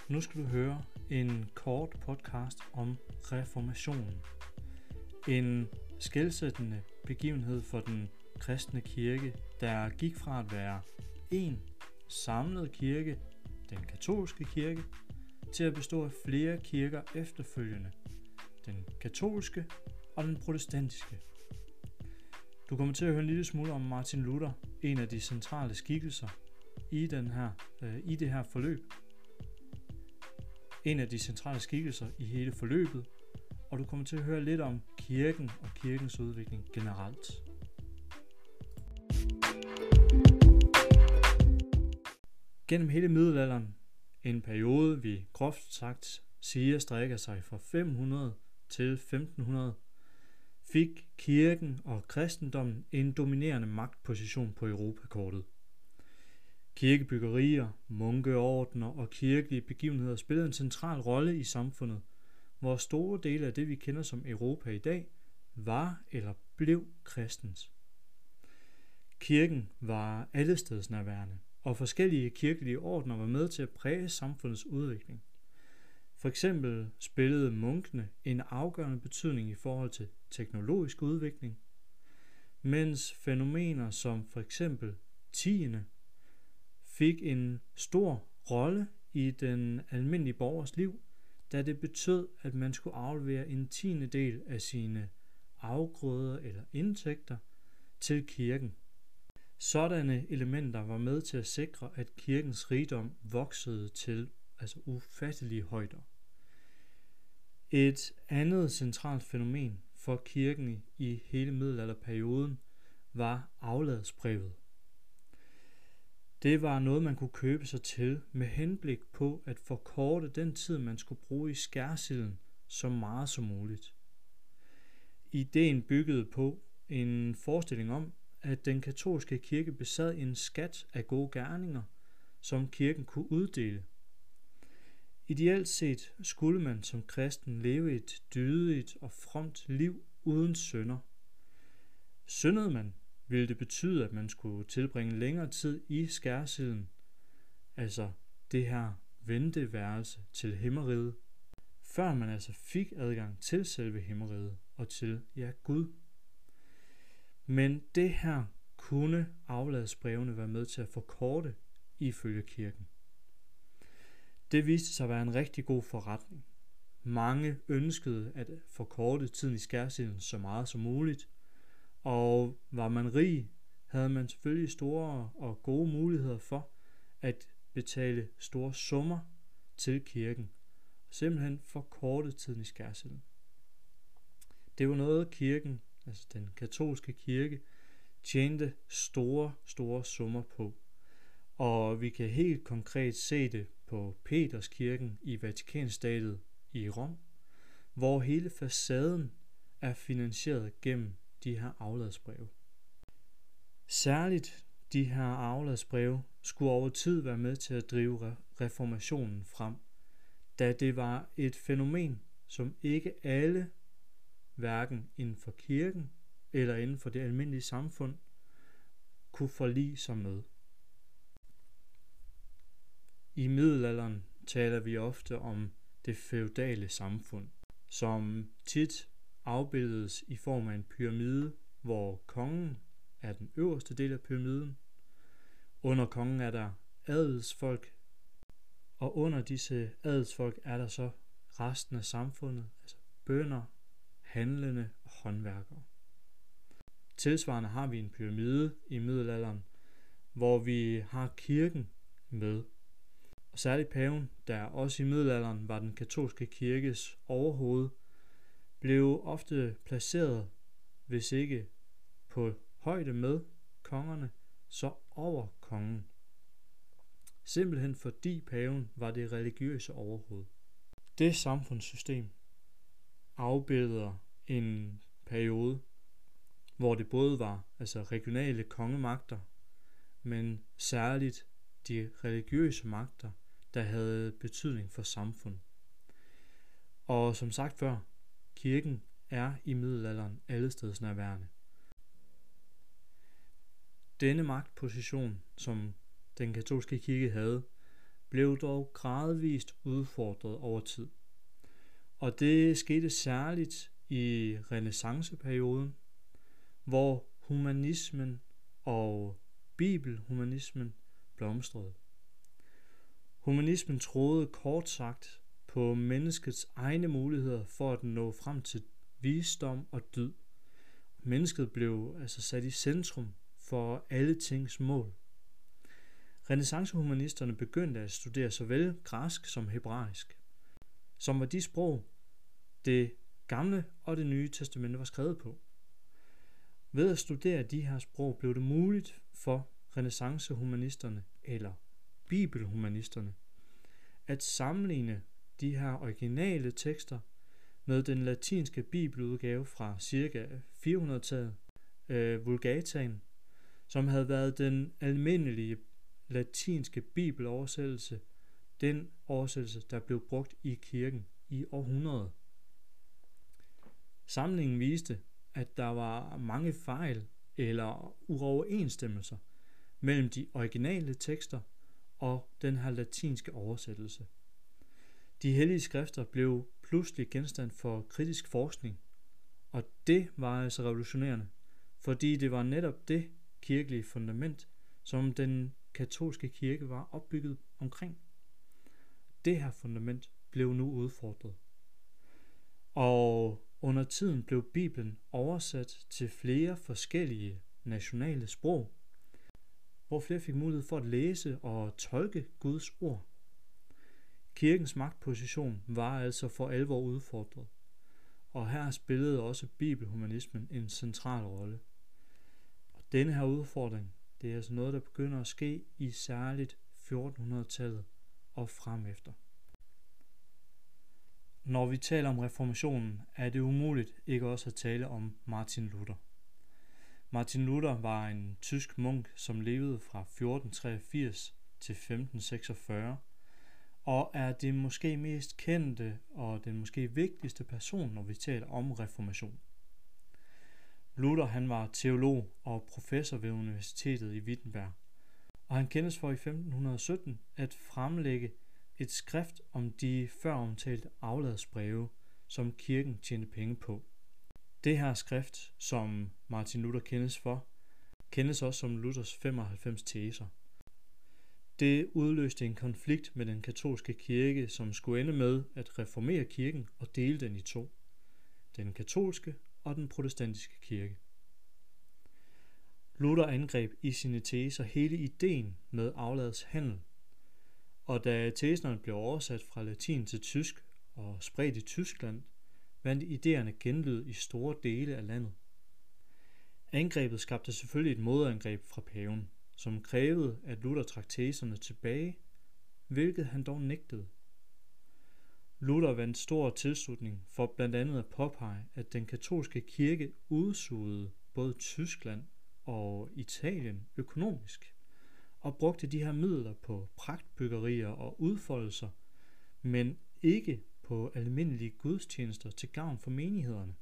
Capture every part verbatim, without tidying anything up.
Nu skal du høre en kort podcast om reformationen. En skelsættende begivenhed for den kristne kirke, der gik fra at være en samlet kirke, den katolske kirke, til at bestå af flere kirker efterfølgende, den katolske og den protestantiske. Du kommer til at høre en lille smule om Martin Luther, en af de centrale skikkelser i, den her, øh, i det her forløb. En af de centrale skikkelser i hele forløbet, og du kommer til at høre lidt om kirken og kirkens udvikling generelt. Gennem hele middelalderen, en periode vi groft sagt siger strækker sig fra fem hundrede til femten hundrede, fik kirken og kristendommen en dominerende magtposition på Europakortet. Kirkebyggerier, munkeordener og kirkelige begivenheder spillede en central rolle i samfundet, hvor store dele af det, vi kender som Europa i dag, var eller blev kristent. Kirken var allestedsnærværende, og forskellige kirkelige ordener var med til at præge samfundets udvikling. For eksempel spillede munkene en afgørende betydning i forhold til teknologisk udvikling, mens fænomener som for eksempel tiende fik en stor rolle i den almindelige borgers liv, da det betød, at man skulle aflevere en tiende del af sine afgrøder eller indtægter til kirken. Sådanne elementer var med til at sikre, at kirkens rigdom voksede til altså ufattelige højder. Et andet centralt fænomen for kirken i hele middelalderperioden var afladsbrevet. Det var noget, man kunne købe sig til med henblik på at forkorte den tid, man skulle bruge i skærsilden så meget som muligt. Ideen byggede på en forestilling om, at den katolske kirke besad en skat af gode gerninger, som kirken kunne uddele. Ideelt set skulle man som kristen leve et dydigt og fromt liv uden synder. Syndede man, ville det betyde, at man skulle tilbringe længere tid i skærsilden, altså det her venteværelse til himmeriget, før man altså fik adgang til selve himmeriget og til, ja, Gud. Men det her kunne afladsbrevene være med til at forkorte ifølge kirken. Det viste sig at være en rigtig god forretning. Mange ønskede at forkorte tiden i skærsilden så meget som muligt, og var man rig, havde man selvfølgelig store og gode muligheder for at betale store summer til kirken, og simpelthen forkorte tiden i skærsilden. Det var noget, kirken, altså den katolske kirke, tjente store, store summer på. Og vi kan helt konkret se det på Peterskirken i Vatikanstaten i Rom, hvor hele facaden er finansieret gennem de her afladsbreve. Særligt de her afladsbreve skulle over tid være med til at drive reformationen frem, da det var et fænomen, som ikke alle, hverken inden for kirken eller inden for det almindelige samfund, kunne forlige sig med. I middelalderen taler vi ofte om det feudale samfund, som tit afbildedes i form af en pyramide, hvor kongen er den øverste del af pyramiden. Under kongen er der adelsfolk, og under disse adelsfolk er der så resten af samfundet, altså bønder, handlende og håndværkere. Tilsvarende har vi en pyramide i middelalderen, hvor vi har kirken med. Og særligt paven, der også i middelalderen var den katolske kirkes overhoved, blev ofte placeret, hvis ikke på højde med kongerne, så over kongen. Simpelthen fordi paven var det religiøse overhoved. Det samfundssystem afbilleder en periode, hvor det både var altså regionale kongemagter, men særligt de religiøse magter, der havde betydning for samfundet. Og som sagt før, kirken er i middelalderen allestedsnærværende. Denne magtposition, som den katolske kirke havde, blev dog gradvist udfordret over tid. Og det skete særligt i renæssanceperioden, hvor humanismen og bibelhumanismen blomstrede. Humanismen troede kort sagt på menneskets egne muligheder for at nå frem til visdom og dyd. Mennesket blev altså sat i centrum for alle tings mål. Renæssancehumanisterne begyndte at studere såvel græsk som hebraisk, som var de sprog, det gamle og det nye testamente var skrevet på. Ved at studere de her sprog blev det muligt for renæssancehumanisterne eller bibelhumanisterne at sammenligne de her originale tekster med den latinske bibeludgave fra ca. fire hundrede-tallet, øh, Vulgataen, som havde været den almindelige latinske bibeloversættelse, den oversættelse, der blev brugt i kirken i århundreder. Samlingen viste, at der var mange fejl eller uoverensstemmelser mellem de originale tekster og den her latinske oversættelse. De hellige skrifter blev pludselig genstand for kritisk forskning, og det var altså revolutionerende, fordi det var netop det kirkelige fundament, som den katolske kirke var opbygget omkring. Det her fundament blev nu udfordret. Og under tiden blev Bibelen oversat til flere forskellige nationale sprog, hvor flere fik mulighed for at læse og tolke Guds ord. Kirkens magtposition var altså for alvor udfordret, og her spillede også bibelhumanismen en central rolle. Og denne her udfordring, det er altså noget, der begynder at ske i særligt fjortenhundredetallet og fremefter. Når vi taler om reformationen, er det umuligt ikke også at tale om Martin Luther. Martin Luther var en tysk munk, som levede fra fjorten treogfirs til femten seksogfyrre, og er det måske mest kendte og den måske vigtigste person, når vi taler om reformation. Luther han var teolog og professor ved universitetet i Wittenberg, og han kendes for i femten sytten at fremlægge et skrift om de før omtalte afladsbreve, som kirken tjente penge på. Det her skrift, som Martin Luther kendes for, kendes også som Luthers femoghalvfems teser. Det udløste en konflikt med den katolske kirke, som skulle ende med at reformere kirken og dele den i to. Den katolske og den protestantiske kirke. Luther angreb i sine teser hele ideen med afladshandel, og da teserne blev oversat fra latin til tysk og spredt i Tyskland, vandt idéerne genlyd i store dele af landet. Angrebet skabte selvfølgelig et modangreb fra paven, som krævede, at Luther trak teserne tilbage, hvilket han dog nægtede. Luther vandt stor tilslutning for blandt andet at påpege, at den katolske kirke udsugede både Tyskland og Italien økonomisk, og brugte de her midler på pragtbyggerier og udfoldelser, men ikke på almindelige gudstjenester til gavn for menighederne.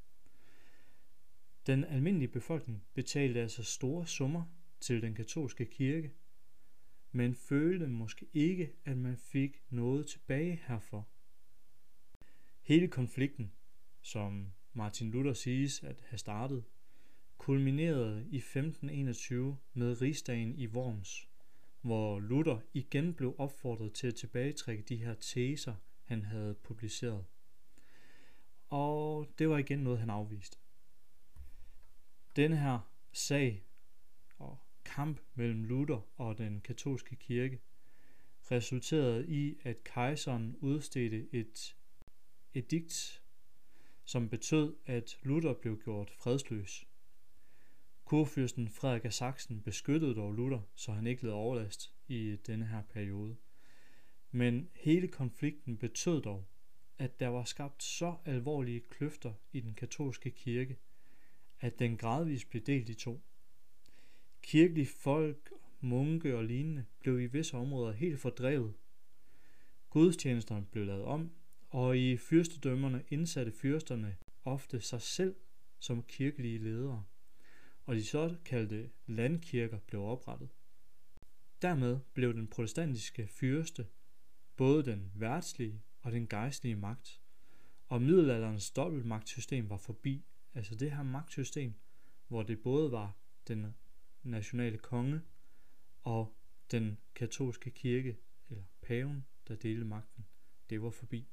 Den almindelige befolkning betalte altså store summer til den katolske kirke, men følte måske ikke, at man fik noget tilbage herfor. Hele konflikten, som Martin Luther siges at have startet, kulminerede i femten enogtyve med rigsdagen i Worms, hvor Luther igen blev opfordret til at tilbagetrække de her teser, han havde publiceret. Og det var igen noget, han afviste. Denne her sag og kamp mellem Luther og den katolske kirke resulterede i, at kejseren udstedte et edikt, som betød, at Luther blev gjort fredsløs. Kurfyrsten Frederik af Sachsen beskyttede dog Luther, så han ikke led overlast i denne her periode. Men hele konflikten betød dog, at der var skabt så alvorlige kløfter i den katolske kirke, at den gradvist blev delt i to. Kirkelige folk, munke og lignende blev i visse områder helt fordrevet. Gudstjenesterne blev lavet om, og i fyrstedømmerne indsatte fyrsterne ofte sig selv som kirkelige ledere, og de såkaldte landkirker blev oprettet. Dermed blev den protestantiske fyrste både den verdslige og den gejstlige magt, og middelalderens dobbeltmagtsystem var forbi. Altså det her magtsystem, hvor det både var den nationale konge og den katolske kirke, eller paven, der delte magten, det var forbi.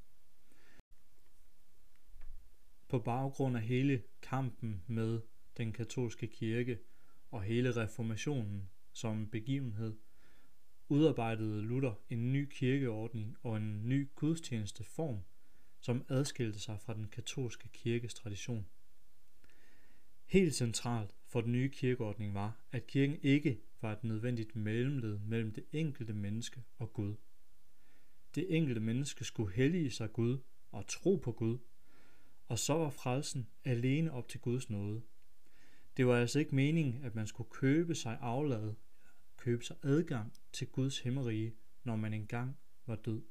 På baggrund af hele kampen med den katolske kirke og hele reformationen som begivenhed, udarbejdede Luther en ny kirkeordning og en ny gudstjenesteform, som adskilte sig fra den katolske kirkes tradition. Helt centralt for den nye kirkeordning var, at kirken ikke var et nødvendigt mellemled mellem det enkelte menneske og Gud. Det enkelte menneske skulle hellige sig Gud og tro på Gud, og så var frelsen alene op til Guds nåde. Det var altså ikke meningen, at man skulle købe sig aflad, købe sig adgang til Guds himmerige, når man engang var død.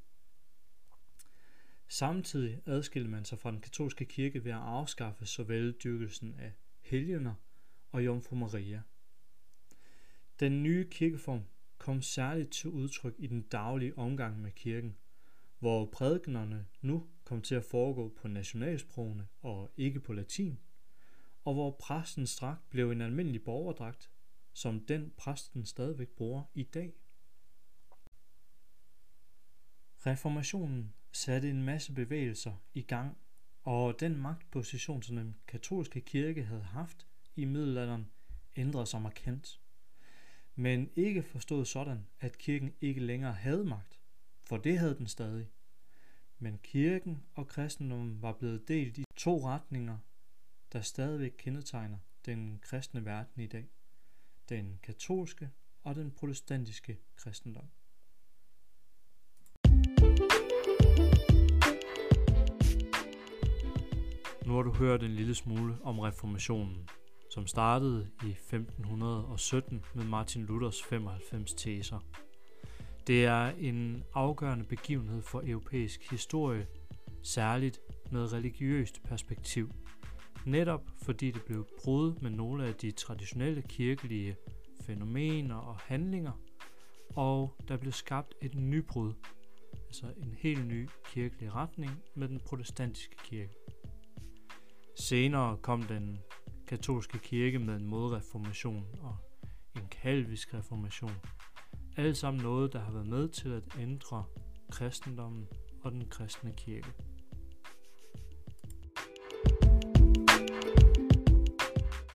Samtidig adskilte man sig fra den katolske kirke ved at afskaffe såvel dyrkelsen af helgener og Jomfru Maria. Den nye kirkeform kom særligt til udtryk i den daglige omgang med kirken, hvor prædikenerne nu kom til at foregå på nationalsprogene og ikke på latin, og hvor præstens dragt blev en almindelig borgerdragt, som den præsten stadigvæk bruger i dag. Reformationen satte en masse bevægelser i gang, og den magtposition, som den katolske kirke havde haft i middelalderen, ændrede sig markant. Men ikke forstået sådan, at kirken ikke længere havde magt, for det havde den stadig. Men kirken og kristendommen var blevet delt i to retninger, der stadigvæk kendetegner den kristne verden i dag. Den katolske og den protestantiske kristendom. Nu har du hørt en lille smule om reformationen, som startede i femten sytten med Martin Luthers femoghalvfems teser. Det er en afgørende begivenhed for europæisk historie, særligt med religiøst perspektiv. Netop fordi det blev brud med nogle af de traditionelle kirkelige fænomener og handlinger, og der blev skabt et nybrud, altså en helt ny kirkelig retning med den protestantiske kirke. Senere kom den katolske kirke med en modreformation og en kalvisk reformation. Alt sammen noget, der har været med til at ændre kristendommen og den kristne kirke.